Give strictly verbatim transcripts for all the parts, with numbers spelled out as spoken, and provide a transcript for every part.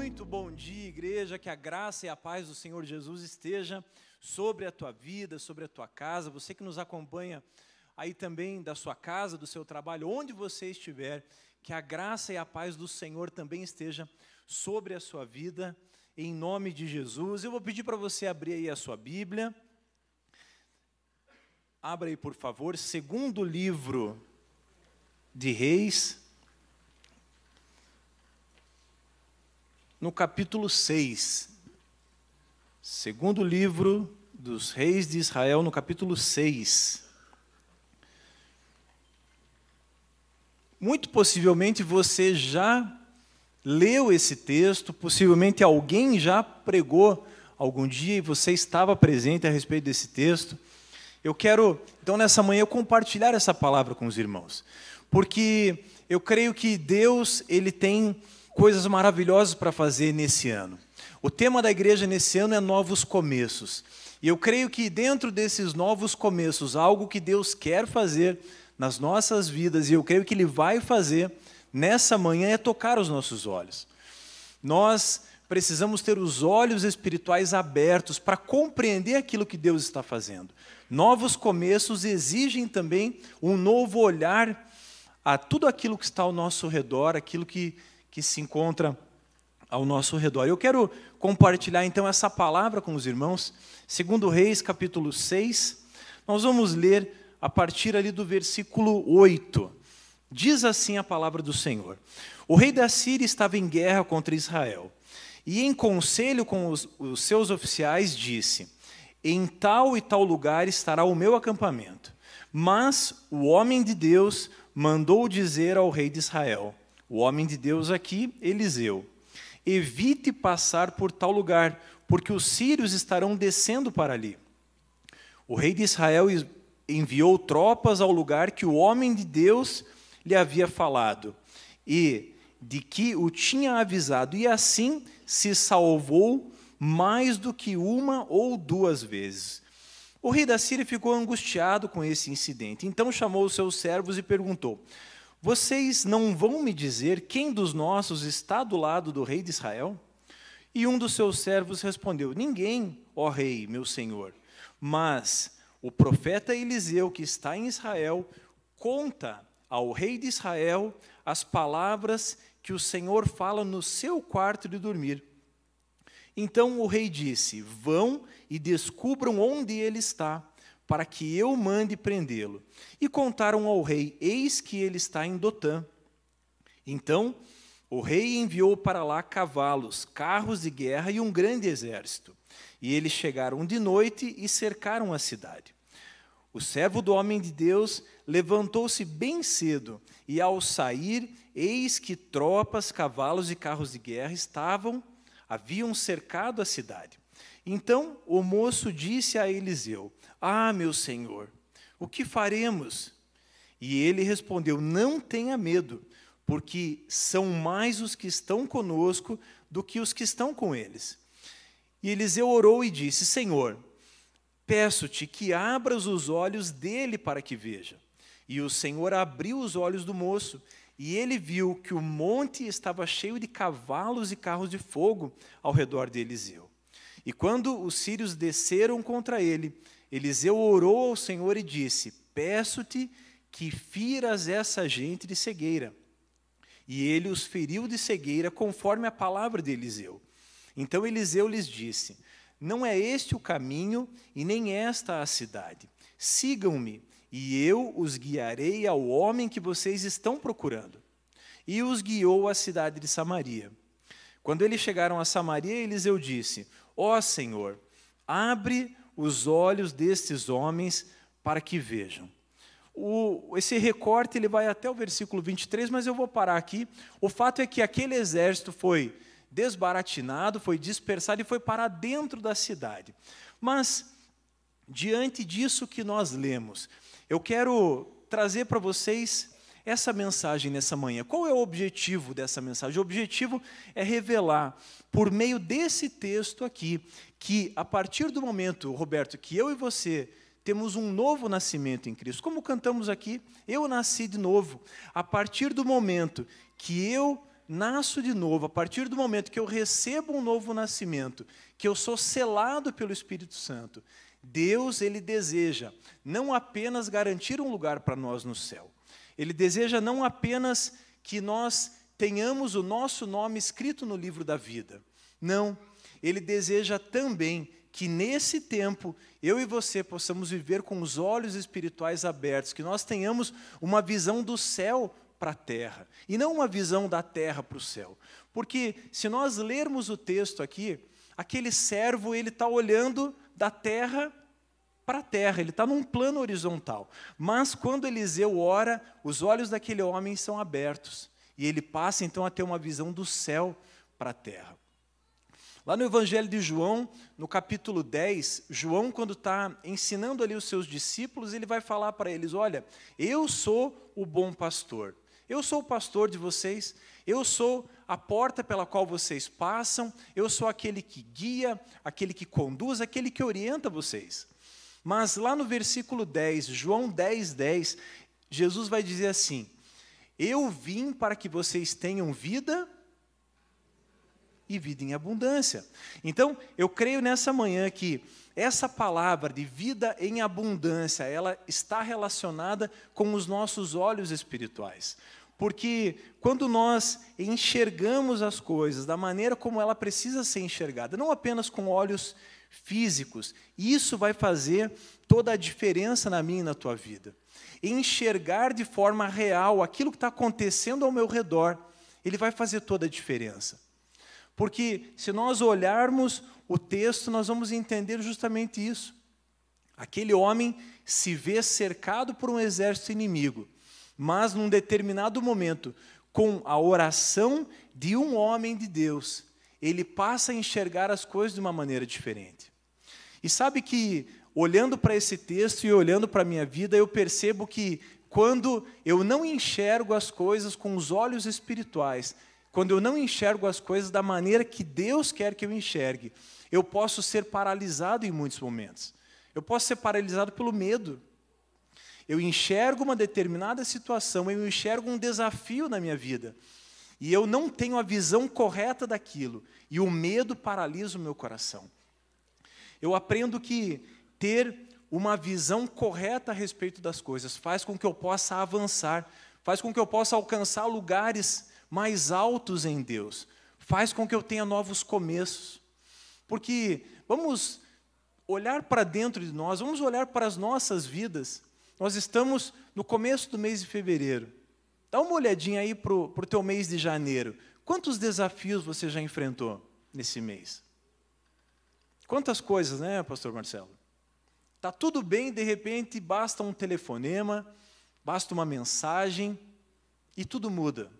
Muito bom dia, igreja, que a graça e a paz do Senhor Jesus esteja sobre a tua vida, sobre a tua casa, você que nos acompanha aí também da sua casa, do seu trabalho, onde você estiver, que a graça e a paz do Senhor também esteja sobre a sua vida, em nome de Jesus. Eu vou pedir para você abrir aí a sua Bíblia, abra aí por favor, segundo livro de Reis, no capítulo seis, segundo livro dos reis de Israel, no capítulo seis. Muito possivelmente você já leu esse texto, possivelmente alguém já pregou algum dia e você estava presente a respeito desse texto. Eu quero, então, nessa manhã, compartilhar essa palavra com os irmãos, porque eu creio que Deus, Ele tem coisas maravilhosas para fazer nesse ano. O tema da igreja nesse ano é novos começos. E eu creio que dentro desses novos começos, algo que Deus quer fazer nas nossas vidas, e eu creio que Ele vai fazer nessa manhã, é tocar os nossos olhos. Nós precisamos ter os olhos espirituais abertos para compreender aquilo que Deus está fazendo. Novos começos exigem também um novo olhar a tudo aquilo que está ao nosso redor, aquilo que que se encontra ao nosso redor. Eu quero compartilhar, então, essa palavra com os irmãos, segundo Reis, capítulo seis, nós vamos ler a partir ali do versículo oito. Diz assim a palavra do Senhor: O rei da Síria estava em guerra contra Israel, e em conselho com os, os seus oficiais disse: Em tal e tal lugar estará o meu acampamento. Mas o homem de Deus mandou dizer ao rei de Israel, o homem de Deus aqui, Eliseu: evite passar por tal lugar, porque os sírios estarão descendo para ali. O rei de Israel enviou tropas ao lugar que o homem de Deus lhe havia falado, e de que o tinha avisado, e assim se salvou mais do que uma ou duas vezes. O rei da Síria ficou angustiado com esse incidente, então chamou os seus servos e perguntou: Vocês não vão me dizer quem dos nossos está do lado do rei de Israel? E um dos seus servos respondeu: Ninguém, ó rei, meu senhor. Mas o profeta Eliseu, que está em Israel, conta ao rei de Israel as palavras que o Senhor fala no seu quarto de dormir. Então o rei disse: Vão e descubram onde ele está, para que eu mande prendê-lo. E contaram ao rei: Eis que ele está em Dotã. Então o rei enviou para lá cavalos, carros de guerra e um grande exército. E eles chegaram de noite e cercaram a cidade. O servo do homem de Deus levantou-se bem cedo, e ao sair, eis que tropas, cavalos e carros de guerra estavam, haviam cercado a cidade. Então o moço disse a Eliseu: Ah, meu senhor, o que faremos? E ele respondeu: Não tenha medo, porque são mais os que estão conosco do que os que estão com eles. E Eliseu orou e disse: Senhor, peço-te que abras os olhos dele para que veja. E o Senhor abriu os olhos do moço, e ele viu que o monte estava cheio de cavalos e carros de fogo ao redor de Eliseu. E quando os sírios desceram contra ele, Eliseu orou ao Senhor e disse: Peço-te que firas essa gente de cegueira. E ele os feriu de cegueira, conforme a palavra de Eliseu. Então Eliseu lhes disse: Não é este o caminho, e nem esta a cidade. Sigam-me, e eu os guiarei ao homem que vocês estão procurando. E os guiou à cidade de Samaria. Quando eles chegaram a Samaria, Eliseu disse: Ó Senhor, abre os olhos destes homens para que vejam. O, esse recorte ele vai até o versículo vinte e três, mas eu vou parar aqui. O fato é que aquele exército foi desbaratinado, foi dispersado e foi parar dentro da cidade. Mas, diante disso que nós lemos, eu quero trazer para vocês essa mensagem nessa manhã. Qual é o objetivo dessa mensagem? O objetivo é revelar, por meio desse texto aqui, que a partir do momento, Roberto, que eu e você temos um novo nascimento em Cristo. Como cantamos aqui, eu nasci de novo. A partir do momento que eu nasço de novo, a partir do momento que eu recebo um novo nascimento, que eu sou selado pelo Espírito Santo, Deus, Ele deseja não apenas garantir um lugar para nós no céu. Ele deseja não apenas que nós tenhamos o nosso nome escrito no livro da vida. Não, Ele deseja também que nesse tempo, eu e você possamos viver com os olhos espirituais abertos, que nós tenhamos uma visão do céu para a terra, e não uma visão da terra para o céu. Porque se nós lermos o texto aqui, aquele servo, ele está olhando da terra para a terra, ele está num plano horizontal. Mas quando Eliseu ora, os olhos daquele homem são abertos, e ele passa então a ter uma visão do céu para a terra. Lá no Evangelho de João, no capítulo dez, João, quando está ensinando ali os seus discípulos, ele vai falar para eles, olha, eu sou o bom pastor, eu sou o pastor de vocês, eu sou a porta pela qual vocês passam, eu sou aquele que guia, aquele que conduz, aquele que orienta vocês. Mas lá no versículo dez, João dez, dez, Jesus vai dizer assim, eu vim para que vocês tenham vida e vida em abundância. Então, eu creio nessa manhã que essa palavra de vida em abundância, ela está relacionada com os nossos olhos espirituais. Porque quando nós enxergamos as coisas da maneira como ela precisa ser enxergada, não apenas com olhos físicos, isso vai fazer toda a diferença na minha e na tua vida. Enxergar de forma real aquilo que está acontecendo ao meu redor, ele vai fazer toda a diferença. Porque se nós olharmos o texto, nós vamos entender justamente isso. Aquele homem se vê cercado por um exército inimigo, mas num determinado momento, com a oração de um homem de Deus, ele passa a enxergar as coisas de uma maneira diferente. E sabe que, olhando para esse texto e olhando para a minha vida, eu percebo que quando eu não enxergo as coisas com os olhos espirituais, quando eu não enxergo as coisas da maneira que Deus quer que eu enxergue, eu posso ser paralisado em muitos momentos. Eu posso ser paralisado pelo medo. Eu enxergo uma determinada situação, eu enxergo um desafio na minha vida, e eu não tenho a visão correta daquilo, e o medo paralisa o meu coração. Eu aprendo que ter uma visão correta a respeito das coisas faz com que eu possa avançar, faz com que eu possa alcançar lugares mais altos em Deus, faz com que eu tenha novos começos. Porque vamos olhar para dentro de nós, vamos olhar para as nossas vidas. Nós estamos no começo do mês de fevereiro. Dá uma olhadinha aí para o teu mês de janeiro. Quantos desafios você já enfrentou nesse mês? Quantas coisas, né, pastor Marcelo? Está tudo bem, de repente, basta um telefonema, basta uma mensagem, e tudo muda.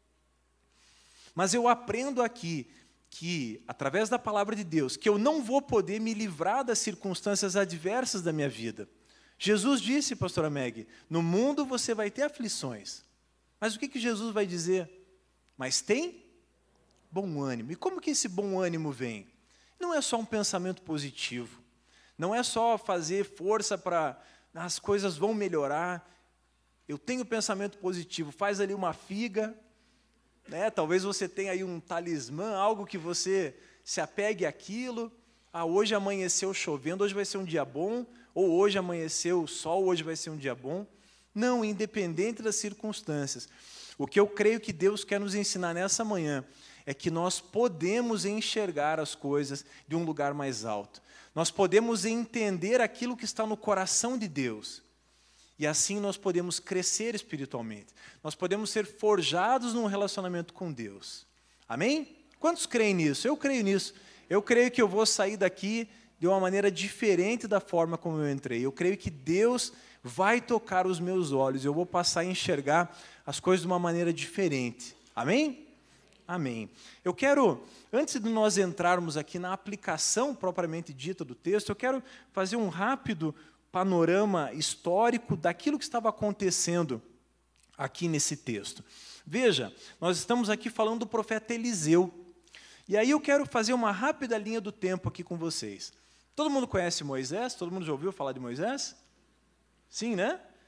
Mas eu aprendo aqui que, através da palavra de Deus, que eu não vou poder me livrar das circunstâncias adversas da minha vida. Jesus disse, pastora Meg, no mundo você vai ter aflições. Mas o que, que Jesus vai dizer? Mas tem bom ânimo. E como que esse bom ânimo vem? Não é só um pensamento positivo. Não é só fazer força para as coisas vão melhorar. Eu tenho pensamento positivo. Faz ali uma figa, né? Talvez você tenha aí um talismã, algo que você se apegue àquilo. Ah, hoje amanheceu chovendo, hoje vai ser um dia bom. Ou hoje amanheceu o sol, hoje vai ser um dia bom. Não, independente das circunstâncias. O que eu creio que Deus quer nos ensinar nessa manhã é que nós podemos enxergar as coisas de um lugar mais alto. Nós podemos entender aquilo que está no coração de Deus. E assim nós podemos crescer espiritualmente. Nós podemos ser forjados num relacionamento com Deus. Amém? Quantos creem nisso? Eu creio nisso. Eu creio que eu vou sair daqui de uma maneira diferente da forma como eu entrei. Eu creio que Deus vai tocar os meus olhos, eu vou passar a enxergar as coisas de uma maneira diferente. Amém? Amém. Eu quero, antes de nós entrarmos aqui na aplicação propriamente dita do texto, eu quero fazer um rápido panorama histórico daquilo que estava acontecendo aqui nesse texto. Veja, nós estamos aqui falando do profeta Eliseu. E aí eu quero fazer uma rápida linha do tempo aqui com vocês. Todo mundo conhece Moisés? Todo mundo já ouviu falar de Moisés? Sim, né?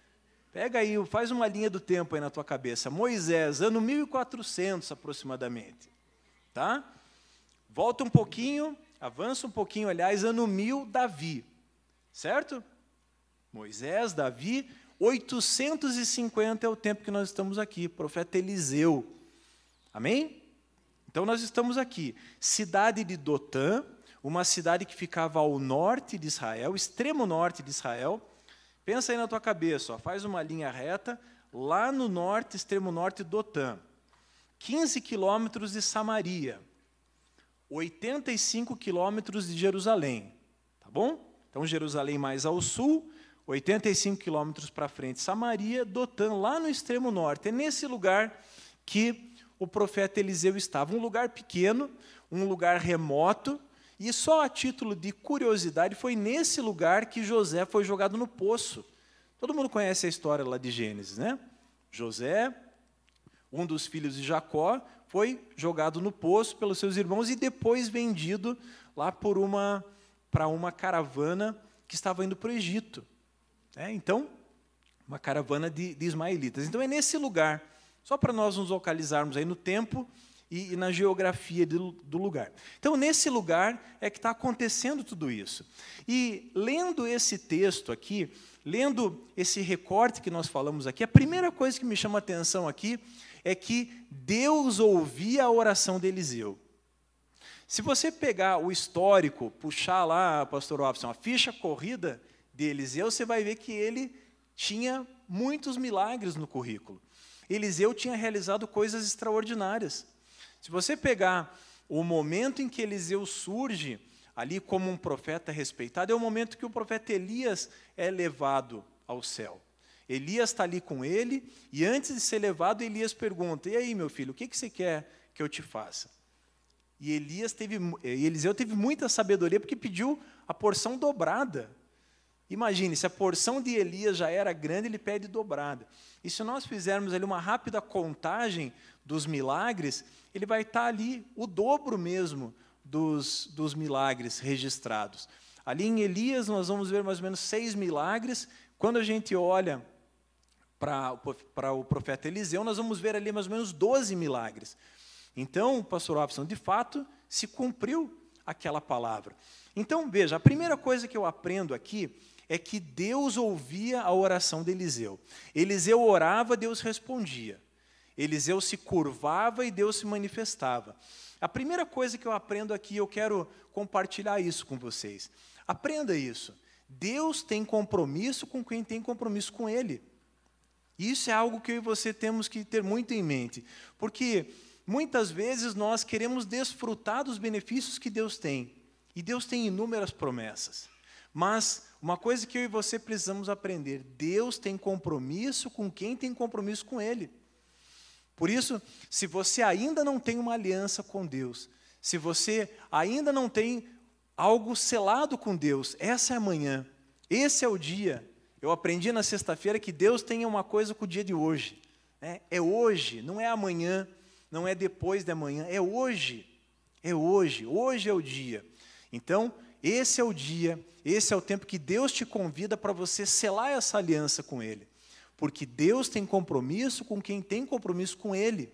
Pega aí, faz uma linha do tempo aí na tua cabeça. Moisés, ano mil e quatrocentos aproximadamente. Tá? Volta um pouquinho, avança um pouquinho, aliás, ano mil, Davi. Certo? Moisés, Davi, oitocentos e cinquenta é o tempo que nós estamos aqui, profeta Eliseu. Amém? Então nós estamos aqui, cidade de Dotã, uma cidade que ficava ao norte de Israel, extremo norte de Israel. Pensa aí na tua cabeça, ó, faz uma linha reta, lá no norte, extremo norte de Dotã. quinze quilômetros de Samaria, oitenta e cinco quilômetros de Jerusalém. Tá bom? Então Jerusalém mais ao sul, oitenta e cinco quilômetros para frente, Samaria, Dotã, lá no extremo norte. É nesse lugar que o profeta Eliseu estava. Um lugar pequeno, um lugar remoto, e só a título de curiosidade, foi nesse lugar que José foi jogado no poço. Todo mundo conhece a história lá de Gênesis, né? José, um dos filhos de Jacó, foi jogado no poço pelos seus irmãos e depois vendido lá por uma, para uma caravana que estava indo para o Egito. É, então, uma caravana de, de ismaelitas. Então, é nesse lugar, só para nós nos localizarmos aí no tempo e, e na geografia do, do lugar. Então, nesse lugar é que está acontecendo tudo isso. E, lendo esse texto aqui, lendo esse recorte que nós falamos aqui, a primeira coisa que me chama a atenção aqui é que Deus ouvia a oração de Eliseu. Se você pegar o histórico, puxar lá, pastor Robson, a ficha corrida de Eliseu, você vai ver que ele tinha muitos milagres no currículo. Eliseu tinha realizado coisas extraordinárias. Se você pegar o momento em que Eliseu surge ali como um profeta respeitado, é o momento que o profeta Elias é levado ao céu. Elias está ali com ele, e antes de ser levado, Elias pergunta, e aí, meu filho, o que, que você quer que eu te faça? E Elias teve, Eliseu teve muita sabedoria, porque pediu a porção dobrada. Imagine, se a porção de Elias já era grande, ele pede dobrada. E se nós fizermos ali uma rápida contagem dos milagres, ele vai estar ali o dobro mesmo dos, dos milagres registrados. Ali em Elias nós vamos ver mais ou menos seis milagres. Quando a gente olha para, para o profeta Eliseu, nós vamos ver ali mais ou menos doze milagres. Então, pastor Robson, de fato, se cumpriu aquela palavra. Então, veja, a primeira coisa que eu aprendo aqui é que Deus ouvia a oração de Eliseu. Eliseu orava, Deus respondia. Eliseu se curvava e Deus se manifestava. A primeira coisa que eu aprendo aqui, eu quero compartilhar isso com vocês. Aprenda isso. Deus tem compromisso com quem tem compromisso com Ele. Isso é algo que eu e você temos que ter muito em mente. Porque muitas vezes nós queremos desfrutar dos benefícios que Deus tem. E Deus tem inúmeras promessas. Mas uma coisa que eu e você precisamos aprender, Deus tem compromisso com quem tem compromisso com Ele. Por isso, se você ainda não tem uma aliança com Deus, se você ainda não tem algo selado com Deus, essa é a manhã, esse é o dia. Eu aprendi na sexta-feira que Deus tem uma coisa com o dia de hoje. Né? É hoje, não é amanhã, não é depois de amanhã, é hoje. É hoje, hoje é o dia. Então, esse é o dia, esse é o tempo que Deus te convida para você selar essa aliança com Ele. Porque Deus tem compromisso com quem tem compromisso com Ele.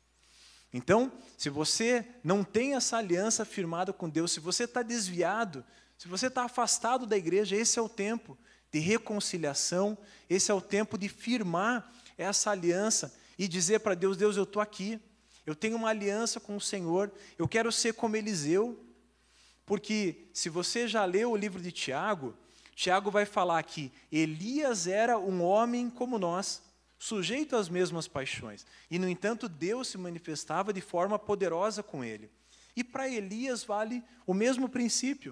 Então, se você não tem essa aliança firmada com Deus, se você está desviado, se você está afastado da igreja, esse é o tempo de reconciliação, esse é o tempo de firmar essa aliança e dizer para Deus, Deus, eu estou aqui, eu tenho uma aliança com o Senhor, eu quero ser como Eliseu. Porque se você já leu o livro de Tiago, Tiago vai falar que Elias era um homem como nós, sujeito às mesmas paixões. E, no entanto, Deus se manifestava de forma poderosa com ele. E para Elias vale o mesmo princípio.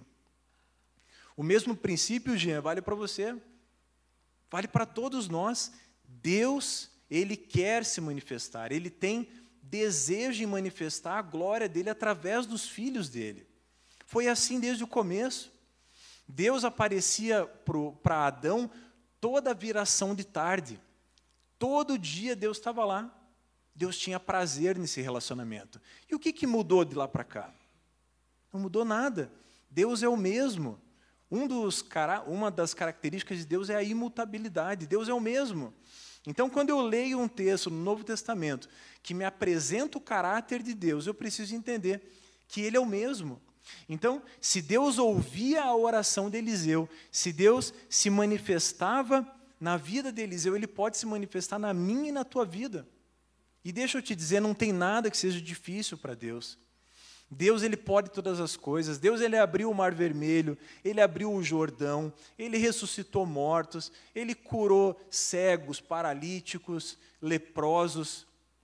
O mesmo princípio, Jean, vale para você. Vale para todos nós. Deus, Ele quer se manifestar. Ele tem desejo de manifestar a glória dEle através dos filhos dEle. Foi assim desde o começo. Deus aparecia para Adão toda a viração de tarde. Todo dia Deus estava lá. Deus tinha prazer nesse relacionamento. E o que, que mudou de lá para cá? Não mudou nada. Deus é o mesmo. Um dos, uma das características de Deus é a imutabilidade. Deus é o mesmo. Então, quando eu leio um texto no Novo Testamento que me apresenta o caráter de Deus, eu preciso entender que Ele é o mesmo. Então, se Deus ouvia a oração de Eliseu, se Deus se manifestava na vida de Eliseu, Ele pode se manifestar na minha e na tua vida. E deixa eu te dizer, não tem nada que seja difícil para Deus. Deus, Ele pode todas as coisas. Deus, Ele abriu o Mar Vermelho, Ele abriu o Jordão, Ele ressuscitou mortos, Ele curou cegos, paralíticos, leprosos.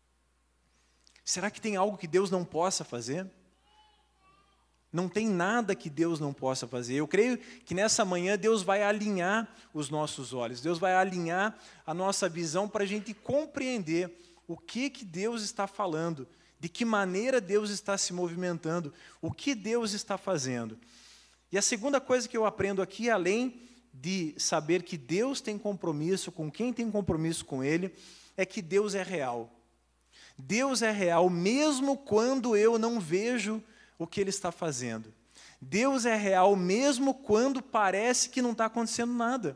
Será que tem algo que Deus não possa fazer? Não tem nada que Deus não possa fazer. Eu creio que nessa manhã Deus vai alinhar os nossos olhos, Deus vai alinhar a nossa visão para a gente compreender o que, que Deus está falando, de que maneira Deus está se movimentando, o que Deus está fazendo. E a segunda coisa que eu aprendo aqui, além de saber que Deus tem compromisso com quem tem compromisso com Ele, é que Deus é real. Deus é real mesmo quando eu não vejo o que Ele está fazendo. Deus é real mesmo quando parece que não está acontecendo nada.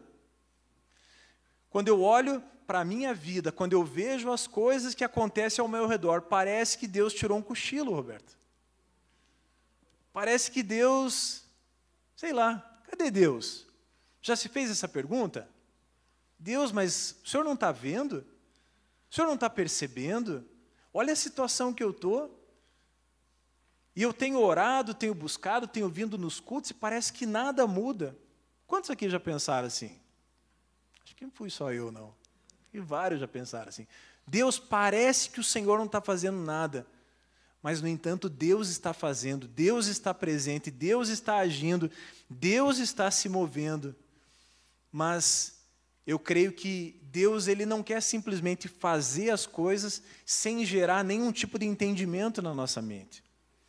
Quando eu olho para a minha vida, quando eu vejo as coisas que acontecem ao meu redor, parece que Deus tirou um cochilo, Roberto. Parece que Deus, sei lá, cadê Deus? Já se fez essa pergunta? Deus, mas o senhor não está vendo? O senhor não está percebendo? Olha a situação que eu estou. E eu tenho orado, tenho buscado, tenho vindo nos cultos e parece que nada muda. Quantos aqui já pensaram assim? Acho que não fui só eu, não. E vários já pensaram assim. Deus, parece que o Senhor não está fazendo nada. Mas, no entanto, Deus está fazendo, Deus está presente, Deus está agindo, Deus está se movendo. Mas eu creio que Deus, Ele não quer simplesmente fazer as coisas sem gerar nenhum tipo de entendimento na nossa mente.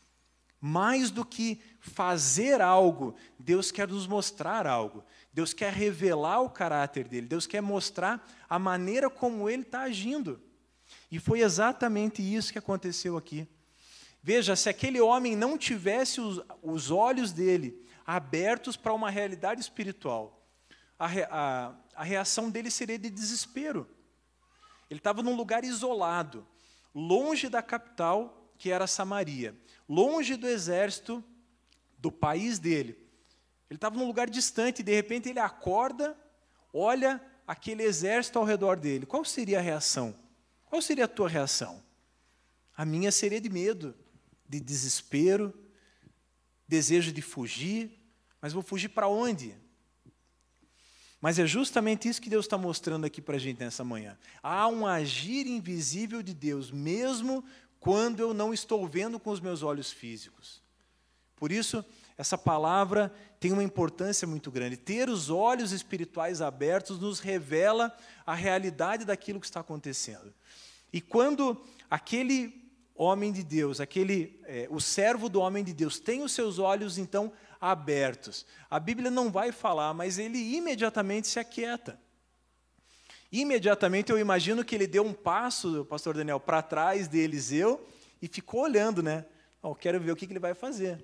Mais do que fazer algo, Deus quer nos mostrar algo. Deus quer revelar o caráter dEle. Deus quer mostrar a maneira como Ele está agindo. E foi exatamente isso que aconteceu aqui. Veja, se aquele homem não tivesse os, os olhos dele abertos para uma realidade espiritual, a, a, a reação dele seria de desespero. Ele estava num lugar isolado, longe da capital, que era Samaria, longe do exército do país dele. Ele estava num lugar distante e, de repente, ele acorda, olha aquele exército ao redor dele. Qual seria a reação? Qual seria a tua reação? A minha seria de medo, de desespero, desejo de fugir, mas vou fugir para onde? Mas é justamente isso que Deus está mostrando aqui para a gente nessa manhã. Há um agir invisível de Deus, mesmo quando eu não estou vendo com os meus olhos físicos. Por isso, essa palavra tem uma importância muito grande. Ter os olhos espirituais abertos nos revela a realidade daquilo que está acontecendo. E quando aquele homem de Deus, aquele, é, o servo do homem de Deus, tem os seus olhos, então, abertos, a Bíblia não vai falar, mas ele imediatamente se aquieta. Imediatamente eu imagino que ele deu um passo, pastor Daniel, para trás de Eliseu e ficou olhando, né? Oh, quero ver o que, que ele vai fazer.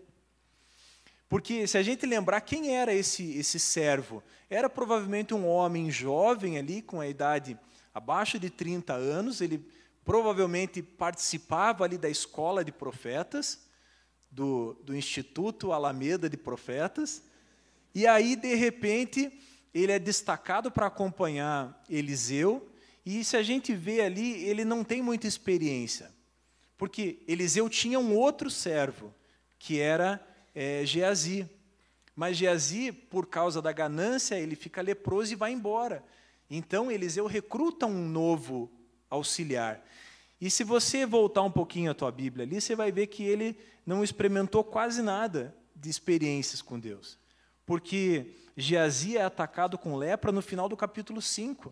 Porque se a gente lembrar quem era esse, esse servo, era provavelmente um homem jovem ali, com a idade abaixo de trinta anos, ele provavelmente participava ali da escola de profetas, do, do Instituto Alameda de Profetas, e aí, de repente, ele é destacado para acompanhar Eliseu, e se a gente vê ali, ele não tem muita experiência, porque Eliseu tinha um outro servo, que era é, Geazi, mas Geazi, por causa da ganância, ele fica leproso e vai embora. Então, Eliseu recruta um novo auxiliar. E se você voltar um pouquinho a tua Bíblia ali, você vai ver que ele não experimentou quase nada de experiências com Deus. Porque Geazi é atacado com lepra no final do capítulo cinco.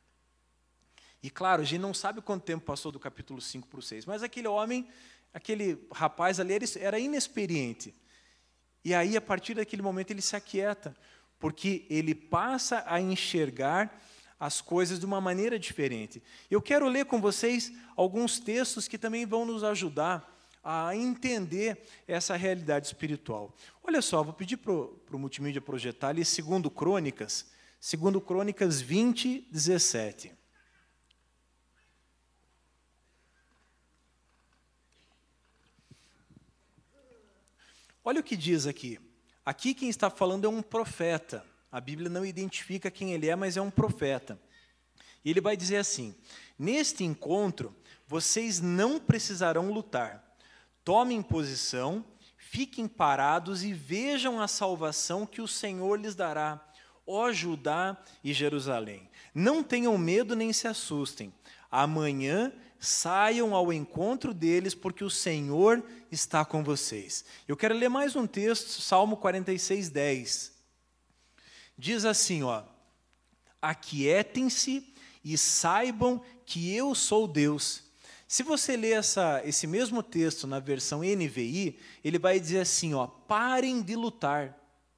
E claro, a gente não sabe quanto tempo passou do capítulo cinco para o seis, mas aquele homem, aquele rapaz ali era inexperiente. E aí, a partir daquele momento, ele se aquieta, porque ele passa a enxergar as coisas de uma maneira diferente. Eu quero ler com vocês alguns textos que também vão nos ajudar a entender essa realidade espiritual. Olha só, vou pedir para o multimídia projetar ali segundo Crônicas, segundo Crônicas vinte, dezessete. Olha o que diz aqui. Aqui quem está falando é um profeta. A Bíblia não identifica quem ele é, mas é um profeta. E ele vai dizer assim: neste encontro, vocês não precisarão lutar. Tomem posição, fiquem parados e vejam a salvação que o Senhor lhes dará, ó Judá e Jerusalém. Não tenham medo nem se assustem. Amanhã saiam ao encontro deles, porque o Senhor está com vocês. Eu quero ler mais um texto, Salmo quarenta e seis, dez. Diz assim, ó: aquietem-se e saibam que eu sou Deus. Se você ler essa, esse mesmo texto na versão N V I, ele vai dizer assim, ó: parem de lutar.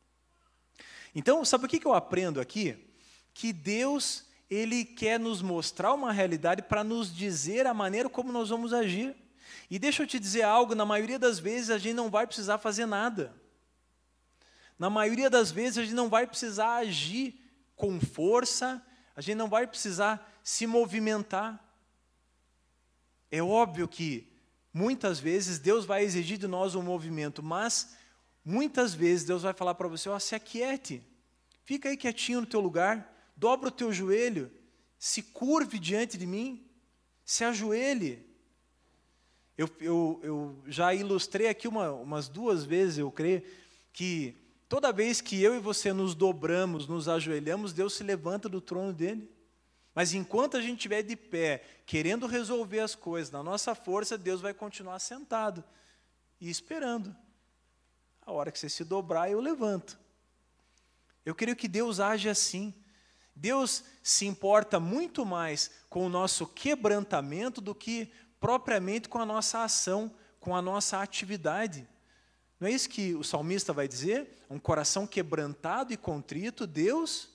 Então, sabe o que eu aprendo aqui? Que Deus, Ele quer nos mostrar uma realidade para nos dizer a maneira como nós vamos agir. E deixa eu te dizer algo, na maioria das vezes a gente não vai precisar fazer nada. Na maioria das vezes a gente não vai precisar agir com força, a gente não vai precisar se movimentar. É óbvio que muitas vezes Deus vai exigir de nós um movimento, mas muitas vezes Deus vai falar para você, ó, se aquiete, fica aí quietinho no teu lugar, dobra o teu joelho, se curve diante de mim, se ajoelhe. Eu, eu, eu já ilustrei aqui uma, umas duas vezes, eu creio, que toda vez que eu e você nos dobramos, nos ajoelhamos, Deus se levanta do trono dele. Mas enquanto a gente estiver de pé, querendo resolver as coisas na nossa força, Deus vai continuar sentado e esperando. A hora que você se dobrar, eu levanto. Eu creio que Deus age assim. Deus se importa muito mais com o nosso quebrantamento do que propriamente com a nossa ação, com a nossa atividade. Não é isso que o salmista vai dizer? Um coração quebrantado e contrito, Deus...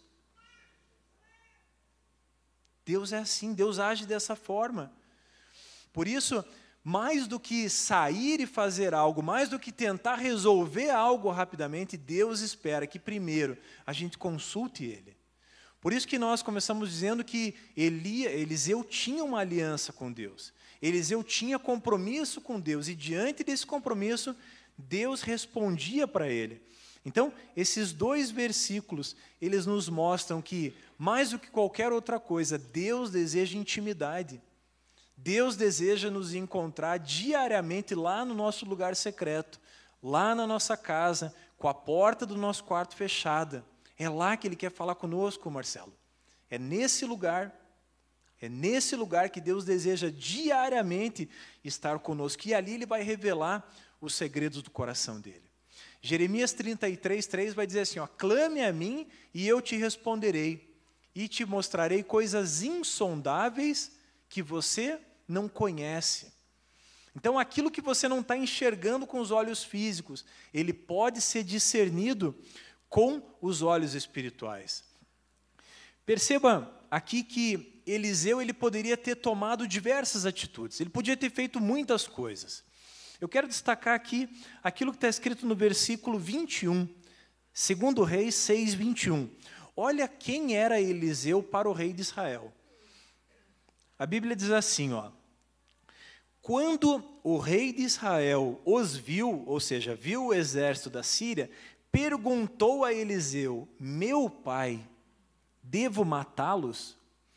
Deus é assim, Deus age dessa forma. Por isso, mais do que sair e fazer algo, mais do que tentar resolver algo rapidamente, Deus espera que primeiro a gente consulte Ele. Por isso que nós começamos dizendo que Elia, Eliseu tinha uma aliança com Deus. Eliseu tinha compromisso com Deus e diante desse compromisso, Deus respondia para ele. Então, esses dois versículos, eles nos mostram que, mais do que qualquer outra coisa, Deus deseja intimidade. Deus deseja nos encontrar diariamente lá no nosso lugar secreto, lá na nossa casa, com a porta do nosso quarto fechada. É lá que Ele quer falar conosco, Marcelo. É nesse lugar, é nesse lugar que Deus deseja diariamente estar conosco. E ali Ele vai revelar os segredos do coração dEle. Jeremias trinta e três, três vai dizer assim, ó, clame a mim e eu te responderei, e te mostrarei coisas insondáveis que você não conhece. Então, aquilo que você não está enxergando com os olhos físicos, ele pode ser discernido com os olhos espirituais. Perceba aqui que Eliseu ele poderia ter tomado diversas atitudes, ele podia ter feito muitas coisas. Eu quero destacar aqui aquilo que está escrito no versículo vinte e um, segundo Reis seis, vinte e um. Olha quem era Eliseu para o rei de Israel. A Bíblia diz assim, ó, quando o rei de Israel os viu, ou seja, viu o exército da Síria, perguntou a Eliseu, meu pai, devo matá-los?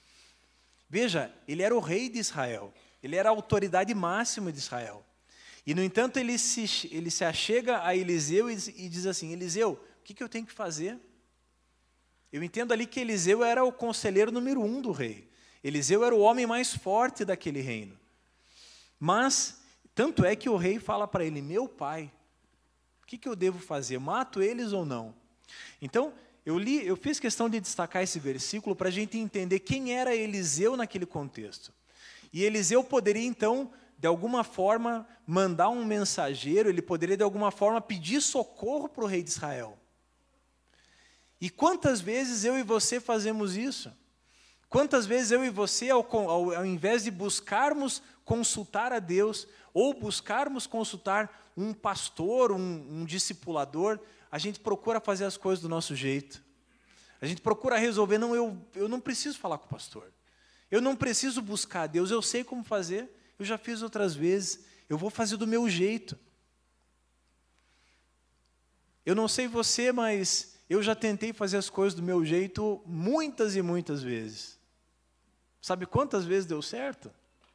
Veja, ele era o rei de Israel, ele era a autoridade máxima de Israel. E, no entanto, ele se, ele se achega a Eliseu e, e diz assim, Eliseu, o que, que eu tenho que fazer? Eu entendo ali que Eliseu era o conselheiro número um do rei. Eliseu era o homem mais forte daquele reino. Mas, tanto é que o rei fala para ele, meu pai, o que, que eu devo fazer? Mato eles ou não? Então, eu, li, eu fiz questão de destacar esse versículo para a gente entender quem era Eliseu naquele contexto. E Eliseu poderia, então, de alguma forma, mandar um mensageiro, ele poderia, de alguma forma, pedir socorro para o rei de Israel. E quantas vezes eu e você fazemos isso? Quantas vezes eu e você, ao, ao, ao invés de buscarmos consultar a Deus ou buscarmos consultar um pastor, um, um discipulador, a gente procura fazer as coisas do nosso jeito. A gente procura resolver, não, eu, eu não preciso falar com o pastor. Eu não preciso buscar a Deus, eu sei como fazer, eu já fiz outras vezes, eu vou fazer do meu jeito. Eu não sei você, mas eu já tentei fazer as coisas do meu jeito muitas e muitas vezes. Sabe quantas vezes deu certo?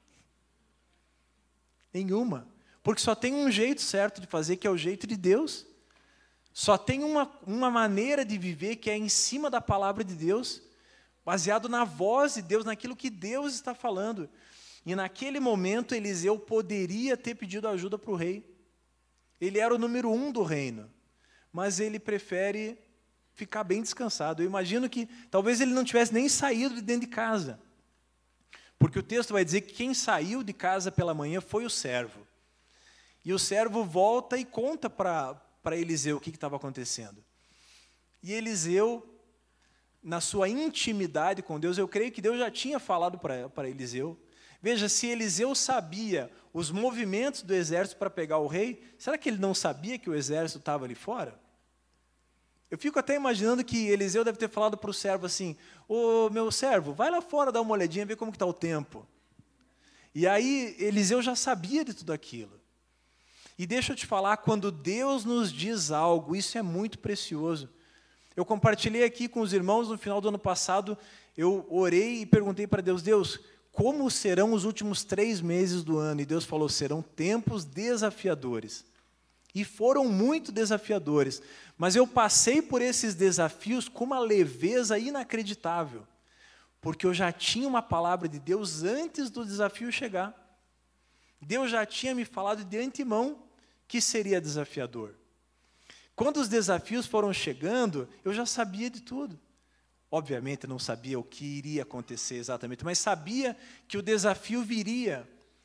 Nenhuma. Porque só tem um jeito certo de fazer, que é o jeito de Deus. Só tem uma, uma maneira de viver que é em cima da palavra de Deus, baseado na voz de Deus, naquilo que Deus está falando. E naquele momento, Eliseu poderia ter pedido ajuda para o rei. Ele era o número um do reino, mas ele prefere ficar bem descansado. Eu imagino que talvez ele não tivesse nem saído de dentro de casa, porque o texto vai dizer que quem saiu de casa pela manhã foi o servo. E o servo volta e conta para para Eliseu o que estava acontecendo. E Eliseu, na sua intimidade com Deus, eu creio que Deus já tinha falado para Eliseu. Veja, se Eliseu sabia os movimentos do exército para pegar o rei, será que ele não sabia que o exército estava ali fora? Eu fico até imaginando que Eliseu deve ter falado para o servo assim: ô meu servo, vai lá fora dar uma olhadinha, ver como está o tempo. E aí Eliseu já sabia de tudo aquilo. E deixa eu te falar, quando Deus nos diz algo, isso é muito precioso. Eu compartilhei aqui com os irmãos no final do ano passado, eu orei e perguntei para Deus, Deus, como serão os últimos três meses do ano? E Deus falou, serão tempos desafiadores. E foram muito desafiadores, mas eu passei por esses desafios com uma leveza inacreditável, porque eu já tinha uma palavra de Deus antes do desafio chegar. Deus já tinha me falado de antemão que seria desafiador. Quando os desafios foram chegando, eu já sabia de tudo. Obviamente, eu não sabia o que iria acontecer exatamente, mas sabia que o desafio viria.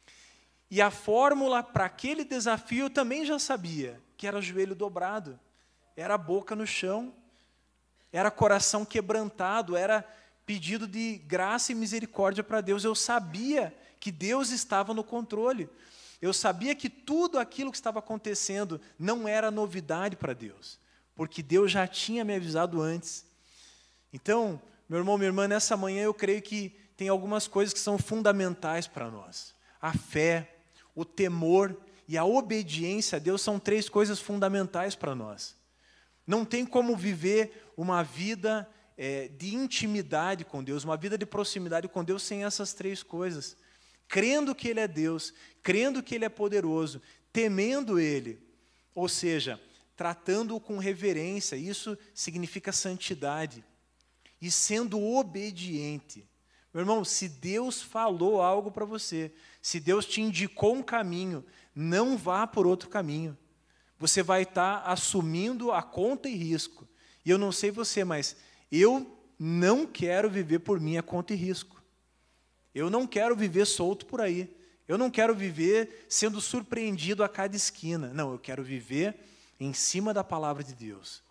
E a fórmula para aquele desafio eu também já sabia, que era joelho dobrado, era boca no chão, era coração quebrantado, era pedido de graça e misericórdia para Deus. Eu sabia que Deus estava no controle. Eu sabia que tudo aquilo que estava acontecendo não era novidade para Deus, porque Deus já tinha me avisado antes. Então, meu irmão, minha irmã, nessa manhã eu creio que tem algumas coisas que são fundamentais para nós. A fé, o temor e a obediência a Deus são três coisas fundamentais para nós. Não tem como viver uma vida é, de intimidade com Deus, uma vida de proximidade com Deus sem essas três coisas. Crendo que Ele é Deus, crendo que Ele é poderoso, temendo Ele, ou seja, tratando-o com reverência, isso significa santidade, e sendo obediente. Meu irmão, se Deus falou algo para você, se Deus te indicou um caminho, não vá por outro caminho. Você vai estar assumindo a conta e risco. E eu não sei você, mas eu não quero viver por minha conta e risco. Eu não quero viver solto por aí. Eu não quero viver sendo surpreendido a cada esquina. Não, eu quero viver em cima da palavra de Deus.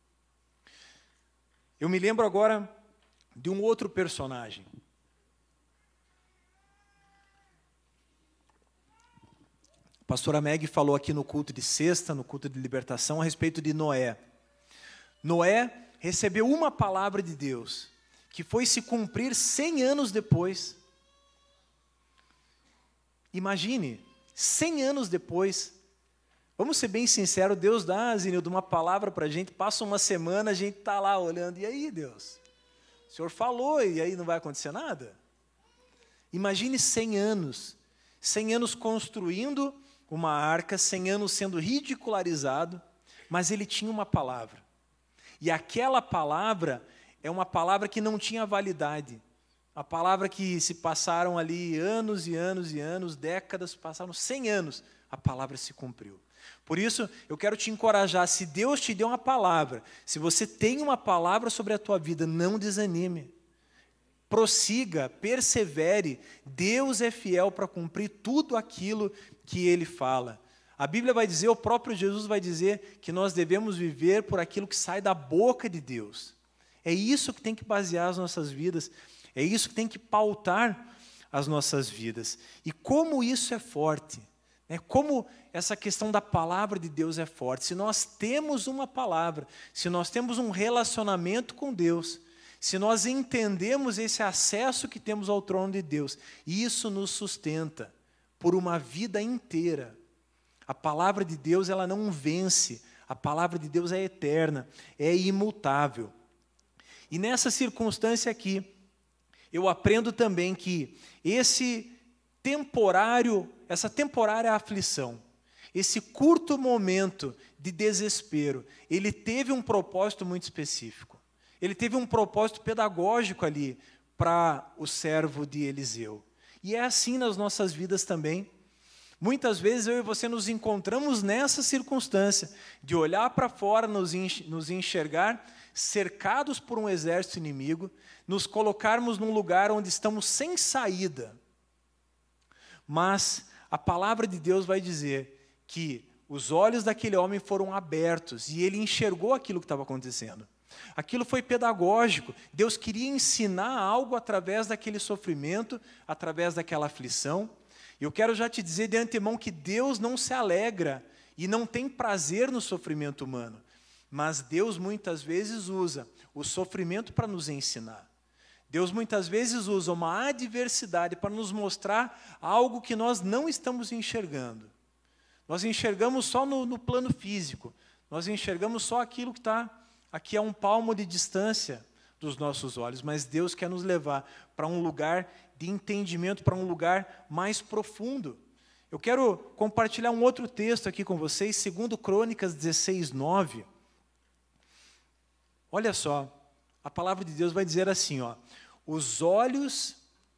Eu me lembro agora de um outro personagem. A pastora Meg falou aqui no culto de sexta, no culto de libertação, a respeito de Noé. Noé recebeu uma palavra de Deus, que foi se cumprir cem anos depois. Imagine, cem anos depois, vamos ser bem sinceros, Deus dá, Zinildo, uma palavra para a gente, passa uma semana, a gente está lá olhando, e aí, Deus? O Senhor falou, e aí não vai acontecer nada? Imagine cem anos, cem anos construindo uma arca, cem anos sendo ridicularizado, mas ele tinha uma palavra. E aquela palavra é uma palavra que não tinha validade. A palavra que se passaram ali anos e anos e anos, décadas, passaram cem anos, a palavra se cumpriu. Por isso, eu quero te encorajar, se Deus te deu uma palavra, se você tem uma palavra sobre a tua vida, não desanime. Prossiga, persevere, Deus é fiel para cumprir tudo aquilo que Ele fala. A Bíblia vai dizer, o próprio Jesus vai dizer, que nós devemos viver por aquilo que sai da boca de Deus. É isso que tem que basear as nossas vidas, é isso que tem que pautar as nossas vidas. E como isso é forte, né? Como essa questão da palavra de Deus é forte. Se nós temos uma palavra, se nós temos um relacionamento com Deus, se nós entendemos esse acesso que temos ao trono de Deus, isso nos sustenta por uma vida inteira. A palavra de Deus, ela não vence. A palavra de Deus é eterna, é imutável. E nessa circunstância aqui, eu aprendo também que esse temporário, essa temporária aflição, esse curto momento de desespero, ele teve um propósito muito específico. Ele teve um propósito pedagógico ali para o servo de Eliseu. E é assim nas nossas vidas também. Muitas vezes eu e você nos encontramos nessa circunstância de olhar para fora, nos enxergar cercados por um exército inimigo, nos colocarmos num lugar onde estamos sem saída. Mas a palavra de Deus vai dizer que os olhos daquele homem foram abertos e ele enxergou aquilo que estava acontecendo. Aquilo foi pedagógico. Deus queria ensinar algo através daquele sofrimento, através daquela aflição. E eu quero já te dizer de antemão que Deus não se alegra e não tem prazer no sofrimento humano. Mas Deus muitas vezes usa o sofrimento para nos ensinar. Deus muitas vezes usa uma adversidade para nos mostrar algo que nós não estamos enxergando. Nós enxergamos só no, no plano físico. Nós enxergamos só aquilo que está aqui a um palmo de distância dos nossos olhos. Mas Deus quer nos levar para um lugar de entendimento, para um lugar mais profundo. Eu quero compartilhar um outro texto aqui com vocês, segundo Crônicas dezesseis, nove. Olha só, a palavra de Deus vai dizer assim, ó, os olhos,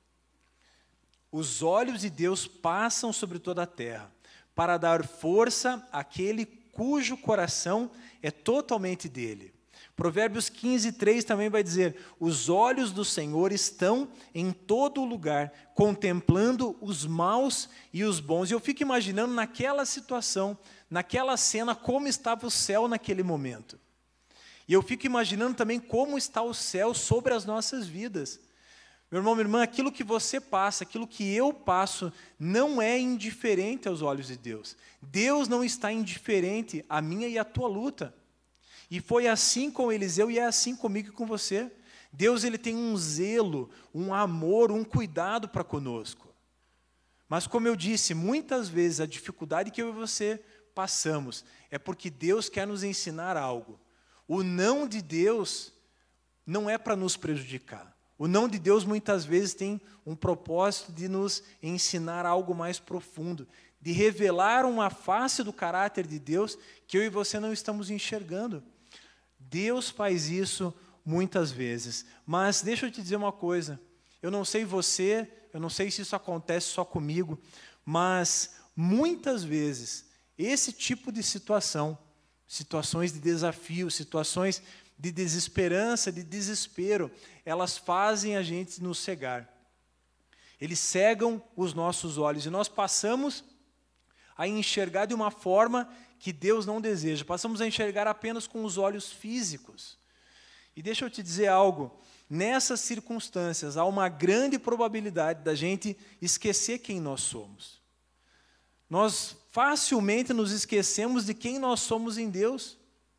os olhos de Deus passam sobre toda a terra, para dar força àquele cujo coração é totalmente dele. Provérbios quinze, três também vai dizer, os olhos do Senhor estão em todo lugar, contemplando os maus e os bons. E eu fico imaginando naquela situação, naquela cena, como estava o céu naquele momento. E eu fico imaginando também como está o céu sobre as nossas vidas. Meu irmão, minha irmã, aquilo que você passa, aquilo que eu passo, não é indiferente aos olhos de Deus. Deus não está indiferente à minha e à tua luta. E foi assim com Eliseu e é assim comigo e com você. Deus, ele tem um zelo, um amor, um cuidado para conosco. Mas como eu disse, muitas vezes a dificuldade que eu e você passamos é porque Deus quer nos ensinar algo. O não de Deus não é para nos prejudicar. O não de Deus muitas vezes tem um propósito de nos ensinar algo mais profundo, de revelar uma face do caráter de Deus que eu e você não estamos enxergando. Deus faz isso muitas vezes. Mas deixa eu te dizer uma coisa, eu não sei você, eu não sei se isso acontece só comigo, mas muitas vezes esse tipo de situação, situações de desafio, situações de desesperança, de desespero, elas fazem a gente nos cegar. Eles cegam os nossos olhos e nós passamos a enxergar de uma forma que Deus não deseja. Passamos a enxergar apenas com os olhos físicos. E deixa eu te dizer algo, nessas circunstâncias há uma grande probabilidade da gente esquecer quem nós somos. Nós facilmente nos esquecemos de quem nós somos em Deus.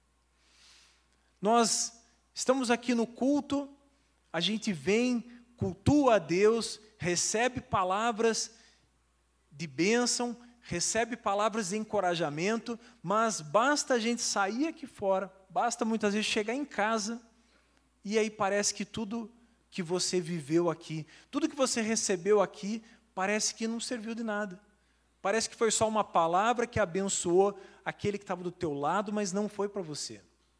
Nós estamos aqui no culto, a gente vem, cultua a Deus, recebe palavras de bênção, recebe palavras de encorajamento, mas basta a gente sair aqui fora, basta muitas vezes chegar em casa, e aí parece que tudo que você viveu aqui, tudo que você recebeu aqui, parece que não serviu de nada. Parece que foi só uma palavra que abençoou aquele que estava do teu lado, mas não foi para você.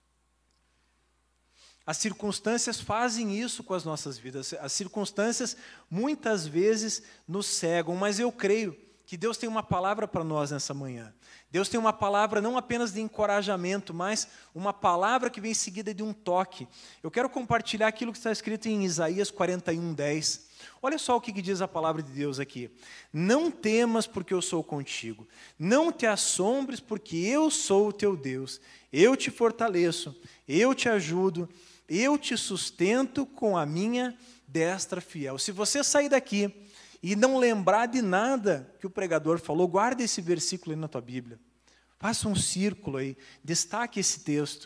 As circunstâncias fazem isso com as nossas vidas. As circunstâncias muitas vezes nos cegam, mas eu creio que Deus tem uma palavra para nós nessa manhã. Deus tem uma palavra não apenas de encorajamento, mas uma palavra que vem seguida de um toque. Eu quero compartilhar aquilo que está escrito em Isaías quarenta e um, dez. Olha só o que diz a palavra de Deus aqui. Não temas, porque eu sou contigo. Não te assombres, porque eu sou o teu Deus. Eu te fortaleço, eu te ajudo, eu te sustento com a minha destra fiel. Se você sair daqui e não lembrar de nada que o pregador falou, guarda esse versículo aí na tua Bíblia. Faça um círculo aí, destaque esse texto.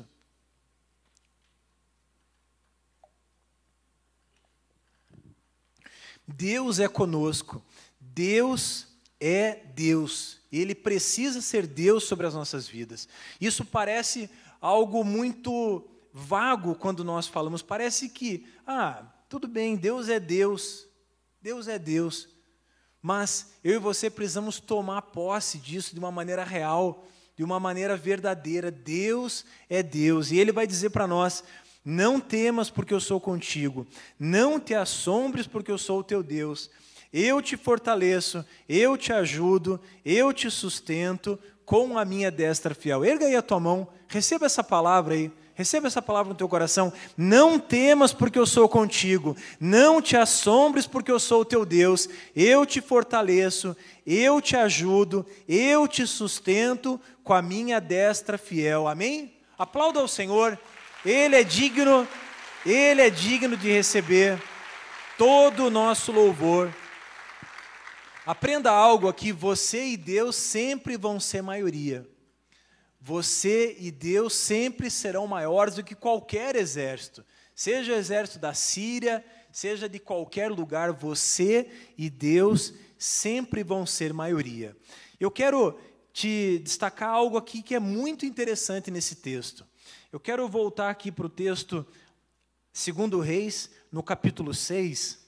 Deus é conosco, Deus é Deus, Ele precisa ser Deus sobre as nossas vidas. Isso parece algo muito vago quando nós falamos, parece que, ah, tudo bem, Deus é Deus, Deus é Deus, mas eu e você precisamos tomar posse disso de uma maneira real, de uma maneira verdadeira. Deus é Deus, e Ele vai dizer para nós: não temas porque eu sou contigo, não te assombres porque eu sou o teu Deus, eu te fortaleço, eu te ajudo, eu te sustento com a minha destra fiel. Erga aí a tua mão, receba essa palavra aí, receba essa palavra no teu coração. Não temas porque eu sou contigo, não te assombres porque eu sou o teu Deus, eu te fortaleço, eu te ajudo, eu te sustento com a minha destra fiel. Amém? Aplauda ao Senhor. Ele é digno, Ele é digno de receber todo o nosso louvor. Aprenda algo aqui, você e Deus sempre vão ser maioria. Você e Deus sempre serão maiores do que qualquer exército. Seja o exército da Síria, seja de qualquer lugar, você e Deus sempre vão ser maioria. Eu quero te destacar algo aqui que é muito interessante nesse texto. Eu quero voltar aqui para o texto segundo Reis, no capítulo seis,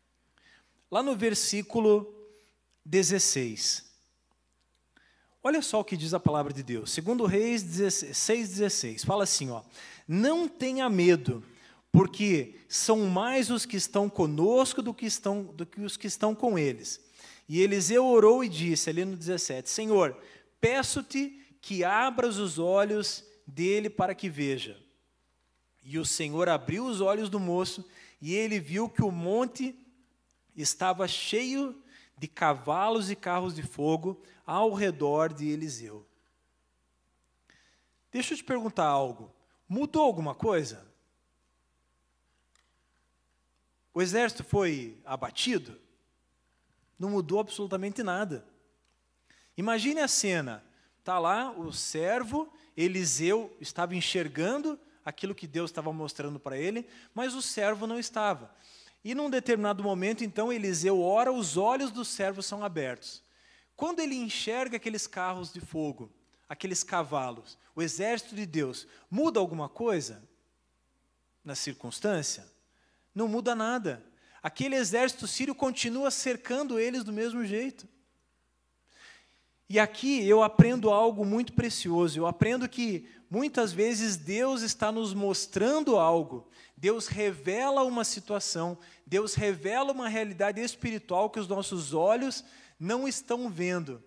lá no versículo dezesseis. Olha só o que diz a palavra de Deus. segundo Reis seis, dezesseis. Fala assim, ó: não tenha medo, porque são mais os que estão conosco do que, estão, do que os que estão com eles. E Eliseu orou e disse, ali no dezessete, Senhor, peço-te que abras os olhos dele para que veja. E o Senhor abriu os olhos do moço, e ele viu que o monte estava cheio de cavalos e carros de fogo ao redor de Eliseu. Deixa eu te perguntar algo. Mudou alguma coisa? O exército foi abatido? Não mudou absolutamente nada. Imagine a cena. Está lá o servo, Eliseu estava enxergando aquilo que Deus estava mostrando para ele, mas o servo não estava. E num determinado momento, então, Eliseu ora, os olhos do servo são abertos. Quando ele enxerga aqueles carros de fogo, aqueles cavalos, o exército de Deus, muda alguma coisa na circunstância? Não muda nada. Aquele exército sírio continua cercando eles do mesmo jeito. E aqui eu aprendo algo muito precioso. Eu aprendo que muitas vezes Deus está nos mostrando algo. Deus revela uma situação. Deus revela uma realidade espiritual que os nossos olhos não estão vendo.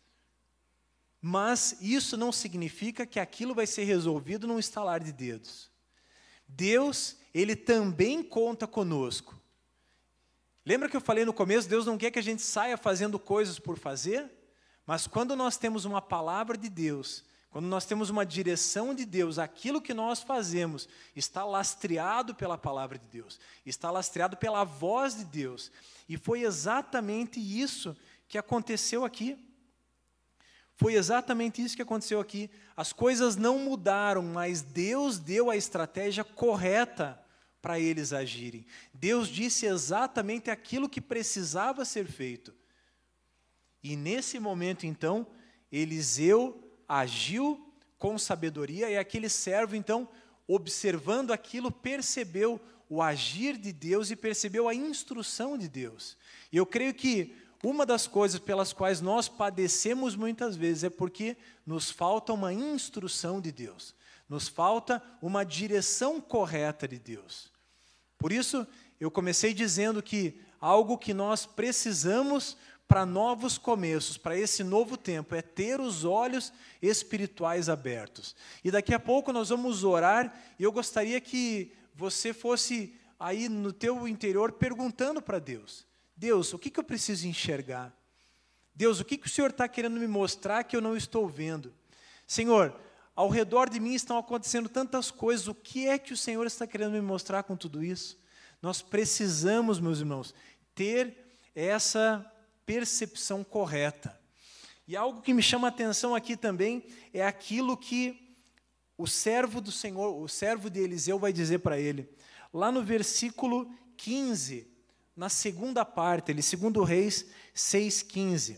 Mas isso não significa que aquilo vai ser resolvido num estalar de dedos. Deus, Ele também conta conosco. Lembra que eu falei no começo, Deus não quer que a gente saia fazendo coisas por fazer? Mas quando nós temos uma palavra de Deus, quando nós temos uma direção de Deus, aquilo que nós fazemos está lastreado pela palavra de Deus, está lastreado pela voz de Deus. E foi exatamente isso que aconteceu aqui. Foi exatamente isso que aconteceu aqui. As coisas não mudaram, mas Deus deu a estratégia correta para eles agirem. Deus disse exatamente aquilo que precisava ser feito. E nesse momento, então, Eliseu agiu com sabedoria, e aquele servo, então, observando aquilo, percebeu o agir de Deus e percebeu a instrução de Deus. E eu creio que uma das coisas pelas quais nós padecemos muitas vezes é porque nos falta uma instrução de Deus, nos falta uma direção correta de Deus. Por isso, eu comecei dizendo que algo que nós precisamos para novos começos, para esse novo tempo, é ter os olhos espirituais abertos. E daqui a pouco nós vamos orar, e eu gostaria que você fosse aí no teu interior perguntando para Deus, Deus, o que, que eu preciso enxergar? Deus, o que, que o Senhor está querendo me mostrar que eu não estou vendo? Senhor, ao redor de mim estão acontecendo tantas coisas, o que é que o Senhor está querendo me mostrar com tudo isso? Nós precisamos, meus irmãos, ter é essa percepção correta. E algo que me chama a atenção aqui também é aquilo que o servo do Senhor, o servo de Eliseu vai dizer para ele. Lá no versículo quinze, na segunda parte, ele, segundo Reis seis, quinze.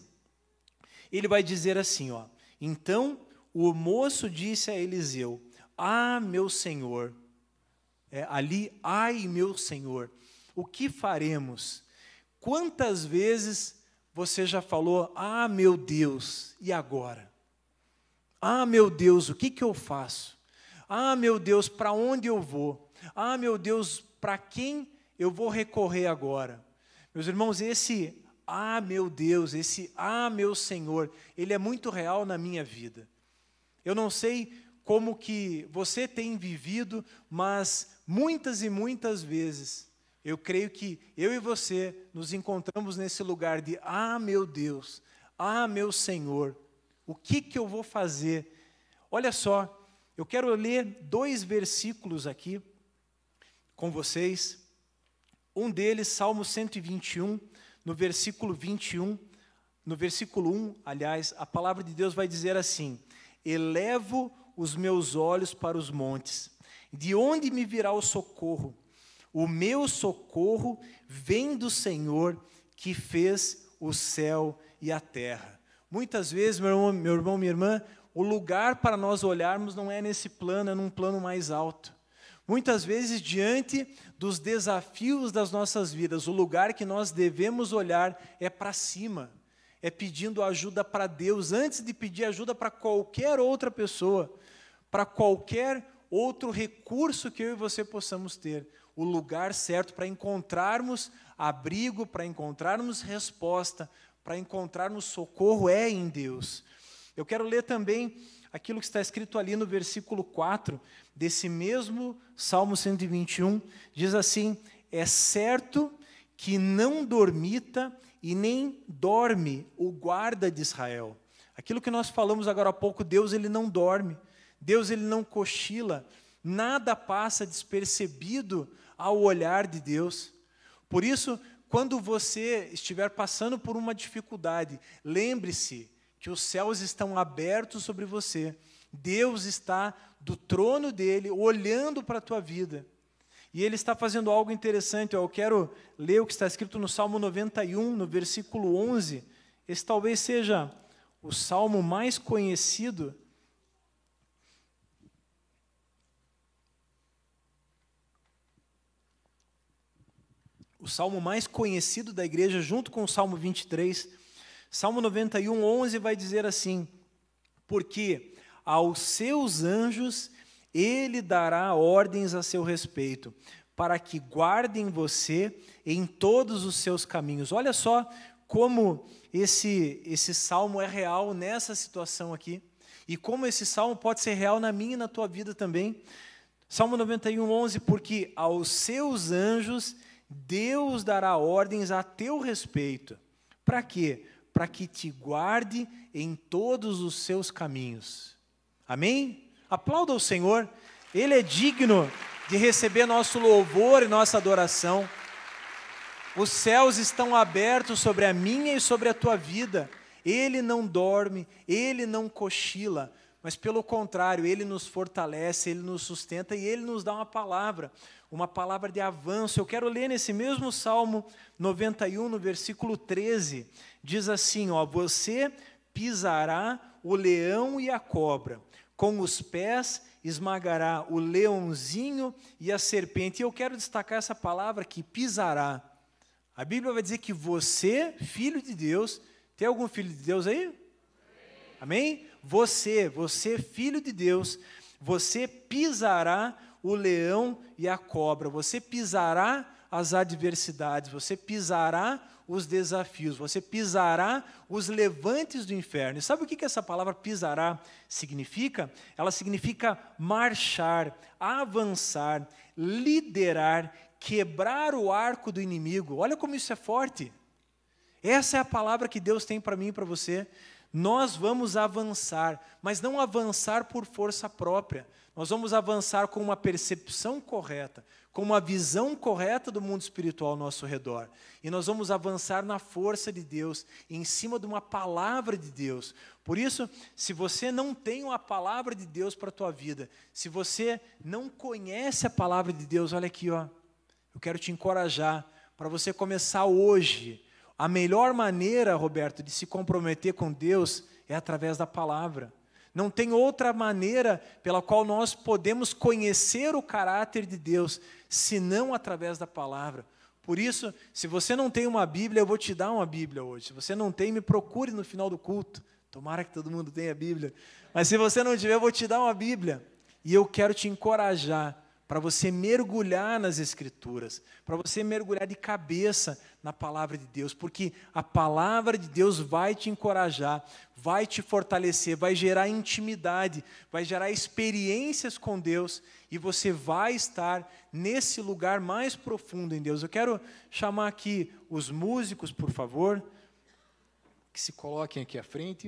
Ele vai dizer assim, ó, então o moço disse a Eliseu, ah, meu senhor, é, ali, ai, meu senhor, o que faremos? Quantas vezes você já falou, ah, meu Deus, e agora? Ah, meu Deus, o que, que eu faço? Ah, meu Deus, para onde eu vou? Ah, meu Deus, para quem eu vou recorrer agora? Meus irmãos, esse, ah, meu Deus, esse, ah, meu Senhor, ele é muito real na minha vida. Eu não sei como que você tem vivido, mas muitas e muitas vezes, eu creio que eu e você nos encontramos nesse lugar de, ah, meu Deus, ah, meu Senhor, o que que eu vou fazer? Olha só, eu quero ler dois versículos aqui com vocês. Um deles, Salmo cento e vinte e um, no versículo vinte e um, no versículo um, aliás, a palavra de Deus vai dizer assim, elevo os meus olhos para os montes, de onde me virá o socorro? O meu socorro vem do Senhor, que fez o céu e a terra. Muitas vezes, meu irmão, meu irmão, minha irmã, o lugar para nós olharmos não é nesse plano, é num plano mais alto. Muitas vezes, diante dos desafios das nossas vidas, o lugar que nós devemos olhar é para cima, é pedindo ajuda para Deus, antes de pedir ajuda para qualquer outra pessoa, para qualquer outro recurso que eu e você possamos ter. O lugar certo para encontrarmos abrigo, para encontrarmos resposta, para encontrarmos socorro é em Deus. Eu quero ler também aquilo que está escrito ali no versículo quatro, desse mesmo Salmo cento e vinte e um, diz assim, é certo que não dormita e nem dorme o guarda de Israel. Aquilo que nós falamos agora há pouco, Deus ele não dorme, Deus ele não cochila, nada passa despercebido ao olhar de Deus. Por isso, quando você estiver passando por uma dificuldade, lembre-se que os céus estão abertos sobre você. Deus está do trono dele, olhando para a tua vida. E ele está fazendo algo interessante. Eu quero ler o que está escrito no Salmo noventa e um, no versículo onze. Esse talvez seja o salmo mais conhecido. O salmo mais conhecido da igreja, junto com o Salmo vinte e três. Salmo noventa e um, onze vai dizer assim, porque aos seus anjos ele dará ordens a seu respeito, para que guardem você em todos os seus caminhos. Olha só como esse, esse salmo é real nessa situação aqui, e como esse salmo pode ser real na minha e na tua vida também. Salmo noventa e um, onze, porque aos seus anjos Deus dará ordens a teu respeito. Para quê? Para que te guarde em todos os seus caminhos. Amém? Aplauda o Senhor. Ele é digno de receber nosso louvor e nossa adoração. Os céus estão abertos sobre a minha e sobre a tua vida. Ele não dorme, Ele não cochila, mas pelo contrário, Ele nos fortalece, Ele nos sustenta e Ele nos dá uma palavra, uma palavra de avanço. Eu quero ler nesse mesmo Salmo noventa e um, no versículo treze, diz assim, ó, você pisará o leão e a cobra, com os pés esmagará o leãozinho e a serpente. E eu quero destacar essa palavra aqui, pisará. A Bíblia vai dizer que você, filho de Deus, tem algum filho de Deus aí? Amém? Você, você, filho de Deus, você pisará o leão e a cobra, você pisará as adversidades, você pisará os desafios, você pisará os levantes do inferno. E sabe o que essa palavra pisará significa? Ela significa marchar, avançar, liderar, quebrar o arco do inimigo. Olha como isso é forte. Essa é a palavra que Deus tem para mim e para você. nós vamos avançar, mas não avançar por força própria. Nós vamos avançar com uma percepção correta, com uma visão correta do mundo espiritual ao nosso redor. E nós vamos avançar na força de Deus, em cima de uma palavra de Deus. Por isso, se você não tem uma palavra de Deus para a tua vida, se você não conhece a palavra de Deus, olha aqui, ó, eu quero te encorajar para você começar hoje. A melhor maneira, Roberto, de se comprometer com Deus é através da palavra. Não tem outra maneira pela qual nós podemos conhecer o caráter de Deus, senão através da palavra. Por isso, se você não tem uma Bíblia, eu vou te dar uma Bíblia hoje. Se você não tem, me procure no final do culto. Tomara que todo mundo tenha Bíblia. Mas se você não tiver, eu vou te dar uma Bíblia. E eu quero te encorajar para você mergulhar nas Escrituras, para você mergulhar de cabeça na palavra de Deus, porque a palavra de Deus vai te encorajar, vai te fortalecer, vai gerar intimidade, vai gerar experiências com Deus, e você vai estar nesse lugar mais profundo em Deus. Eu quero chamar aqui os músicos, por favor, que se coloquem aqui à frente.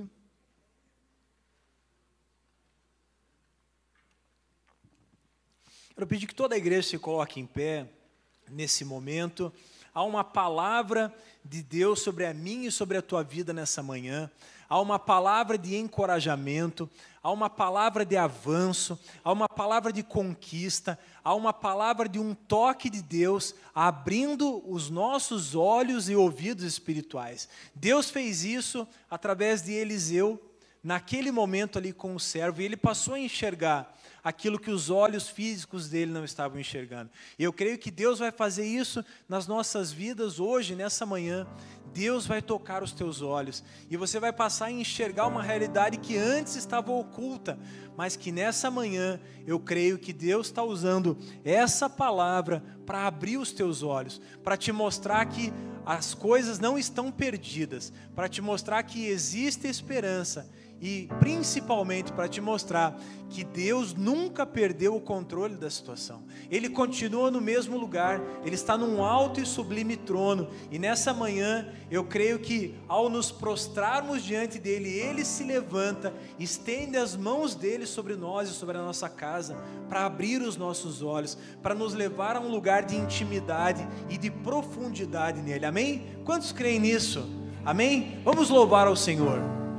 Quero pedir que toda a igreja se coloque em pé nesse momento. Há uma palavra de Deus sobre a minha e sobre a tua vida nessa manhã. Há uma palavra de encorajamento, há uma palavra de avanço, há uma palavra de conquista, há uma palavra de um toque de Deus abrindo os nossos olhos e ouvidos espirituais. Deus fez isso através de Eliseu, naquele momento ali com o servo, e ele passou a enxergar aquilo que os olhos físicos dele não estavam enxergando. E eu creio que Deus vai fazer isso nas nossas vidas hoje, nessa manhã. Deus vai tocar os teus olhos, e você vai passar a enxergar uma realidade que antes estava oculta, mas que nessa manhã, eu creio que Deus está usando essa palavra para abrir os teus olhos, para te mostrar que as coisas não estão perdidas, para te mostrar que existe esperança, e principalmente para te mostrar que Deus nunca perdeu o controle da situação. Ele continua no mesmo lugar, Ele está num alto e sublime trono, e nessa manhã eu creio que ao nos prostrarmos diante dEle, Ele se levanta, estende as mãos dEle sobre nós e sobre a nossa casa, para abrir os nossos olhos, para nos levar a um lugar de intimidade e de profundidade nele. Amém? Quantos creem nisso? Amém? Vamos louvar ao Senhor.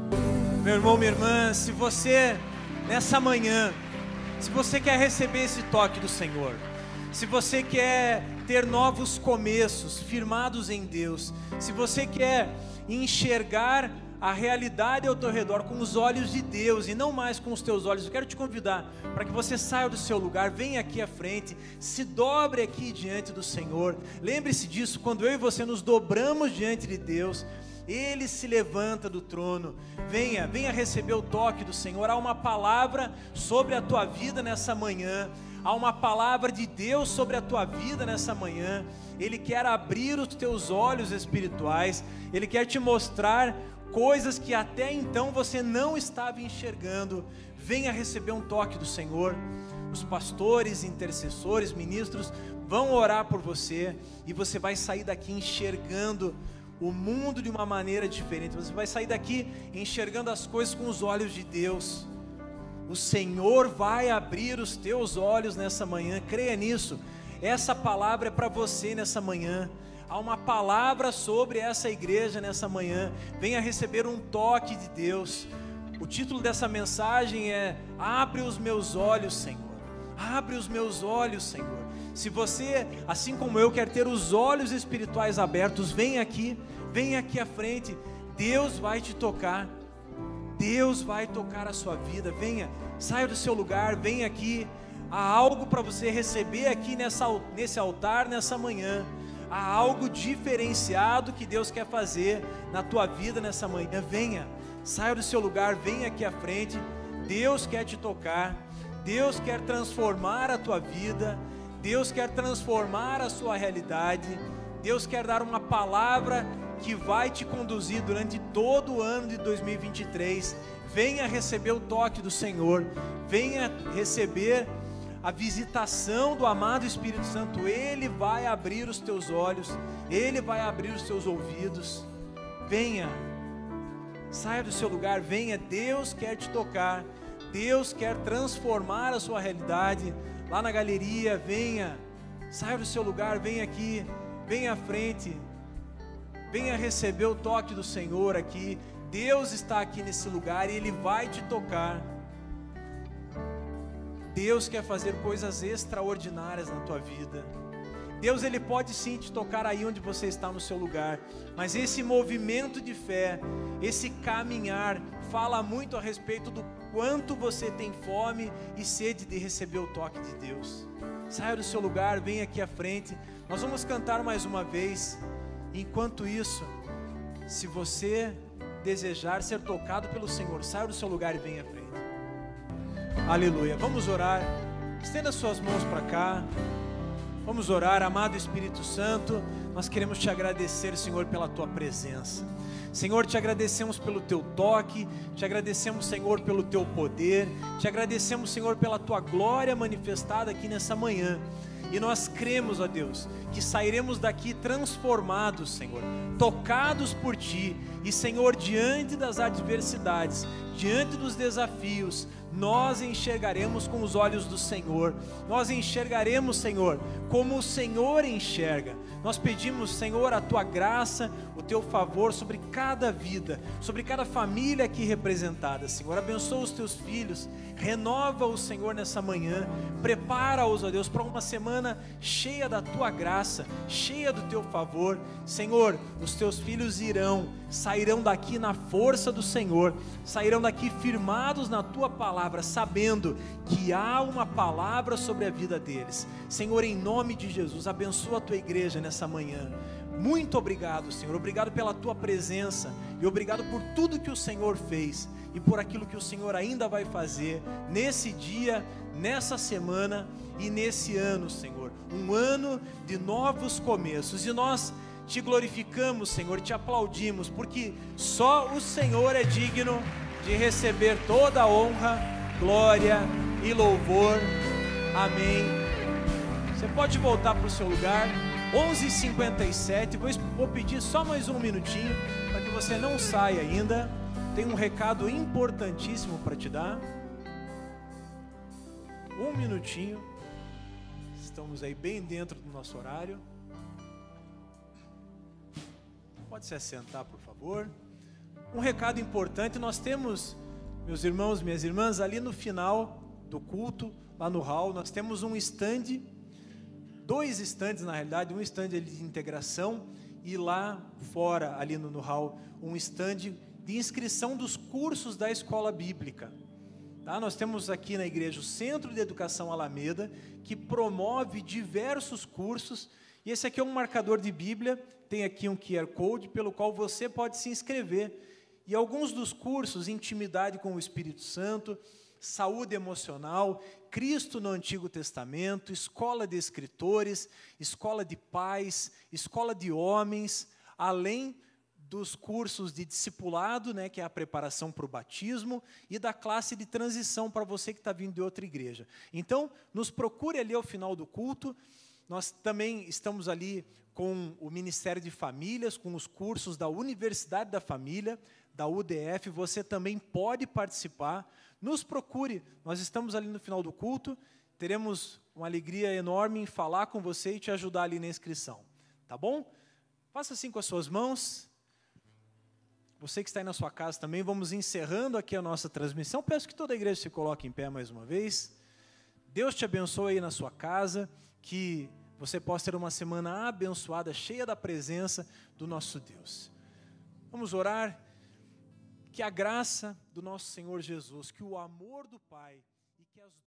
Meu irmão, minha irmã, se você, nessa manhã, se você quer receber esse toque do Senhor, se você quer ter novos começos, firmados em Deus, se você quer enxergar a realidade ao teu redor com os olhos de Deus e não mais com os teus olhos, eu quero te convidar para que você saia do seu lugar, venha aqui à frente, se dobre aqui diante do Senhor. Lembre-se disso, quando eu e você nos dobramos diante de Deus, Ele se levanta do trono. Venha, venha receber o toque do Senhor. Há uma palavra sobre a tua vida nessa manhã. Há uma palavra de Deus sobre a tua vida nessa manhã. Ele quer abrir os teus olhos espirituais. Ele quer te mostrar coisas que até então você não estava enxergando. Venha receber um toque do Senhor. Os pastores, intercessores, ministros vão orar por você, e você vai sair daqui enxergando o mundo de uma maneira diferente. Você vai sair daqui enxergando as coisas com os olhos de Deus. O Senhor vai abrir os teus olhos nessa manhã, creia nisso. Essa palavra é para você nessa manhã. Há uma palavra sobre essa igreja nessa manhã. Venha receber um toque de Deus. O título dessa mensagem é: abre os meus olhos, Senhor. Abre os meus olhos, Senhor. Se você, assim como eu, quer ter os olhos espirituais abertos, vem aqui, vem aqui à frente. Deus vai te tocar. Deus vai tocar a sua vida. Venha, saia do seu lugar, vem aqui. Há algo para você receber aqui nessa, nesse altar, nessa manhã. Há algo diferenciado que Deus quer fazer na tua vida nessa manhã. Venha, saia do seu lugar, venha aqui à frente. Deus quer te tocar. Deus quer transformar a tua vida. Deus quer transformar a sua realidade. Deus quer dar uma palavra que vai te conduzir durante todo o ano de dois mil e vinte e três. Venha receber o toque do Senhor. Venha receber a visitação do amado Espírito Santo. Ele vai abrir os teus olhos. Ele vai abrir os teus ouvidos. Venha, Saia do seu lugar, venha, Deus quer te tocar, Deus quer transformar a sua realidade. Lá na galeria, venha, saia do seu lugar, venha aqui, venha à frente, venha receber o toque do Senhor aqui. Deus está aqui nesse lugar e Ele vai te tocar. Deus quer fazer coisas extraordinárias na tua vida. Deus, Ele pode sim te tocar aí onde você está no seu lugar, mas esse movimento de fé, esse caminhar, fala muito a respeito do quanto você tem fome e sede de receber o toque de Deus. Saia do seu lugar, venha aqui à frente, nós vamos cantar mais uma vez. Enquanto isso, se você desejar ser tocado pelo Senhor, saia do seu lugar e venha à frente. Aleluia, vamos orar, estenda suas mãos para cá. Vamos orar. Amado Espírito Santo, nós queremos te agradecer, Senhor, pela tua presença. Senhor, te agradecemos pelo teu toque, te agradecemos, Senhor, pelo teu poder, te agradecemos, Senhor, pela tua glória manifestada aqui nessa manhã. E nós cremos, ó Deus, que sairemos daqui transformados, Senhor, tocados por Ti. E, Senhor, diante das adversidades, diante dos desafios, nós enxergaremos com os olhos do Senhor. Nós enxergaremos, Senhor, como o Senhor enxerga. Nós pedimos, Senhor, a Tua graça, o Teu favor sobre cada vida, sobre cada família aqui representada. Senhor, abençoa os Teus filhos, renova-os, Senhor, nessa manhã. Prepara-os, ó Deus, para uma semana cheia da Tua graça, cheia do Teu favor. Senhor, os Teus filhos irão, sairão daqui na força do Senhor, sairão daqui firmados na Tua palavra, sabendo que há uma palavra sobre a vida deles. Senhor, em nome de Jesus, abençoa a Tua igreja nessa manhã. Muito obrigado, Senhor, obrigado pela Tua presença e obrigado por tudo que o Senhor fez e por aquilo que o Senhor ainda vai fazer nesse dia, nessa semana e nesse ano, Senhor, um ano de novos começos. E nós Te glorificamos, Senhor, Te aplaudimos, porque só o Senhor é digno de receber toda a honra, glória e louvor. Amém. Você pode voltar para o seu lugar. Onze e cinquenta e sete, vou, vou pedir só mais um minutinho, para que você não saia ainda. Tem um recado importantíssimo para te dar. Um minutinho. Estamos aí bem dentro do nosso horário. Pode se assentar, por favor. Um recado importante, nós temos, meus irmãos, minhas irmãs, ali no final do culto, lá no hall, nós temos um stand, dois stands na realidade, um stand ali de integração e lá fora, ali no, no hall, um stand de inscrição dos cursos da escola bíblica. Tá? Nós temos aqui na igreja o Centro de Educação Alameda, que promove diversos cursos, e esse aqui é um marcador de Bíblia, tem aqui um Q R Code, pelo qual você pode se inscrever. E alguns dos cursos, Intimidade com o Espírito Santo, Saúde Emocional, Cristo no Antigo Testamento, Escola de Escritores, Escola de Pais, Escola de Homens, além dos cursos de discipulado, né, que é a preparação para o batismo, e da classe de transição para você que está vindo de outra igreja. Então, nos procure ali ao final do culto. Nós também estamos ali com o Ministério de Famílias, com os cursos da Universidade da Família, da U D F, você também pode participar. Nos procure, nós estamos ali no final do culto, teremos uma alegria enorme em falar com você e te ajudar ali na inscrição, tá bom? Faça assim com as suas mãos. Você que está aí na sua casa também, vamos encerrando aqui a nossa transmissão. Peço que toda a igreja se coloque em pé mais uma vez. Deus te abençoe aí na sua casa, que você possa ter uma semana abençoada, cheia da presença do nosso Deus. Vamos orar. Que a graça do nosso Senhor Jesus, que o amor do Pai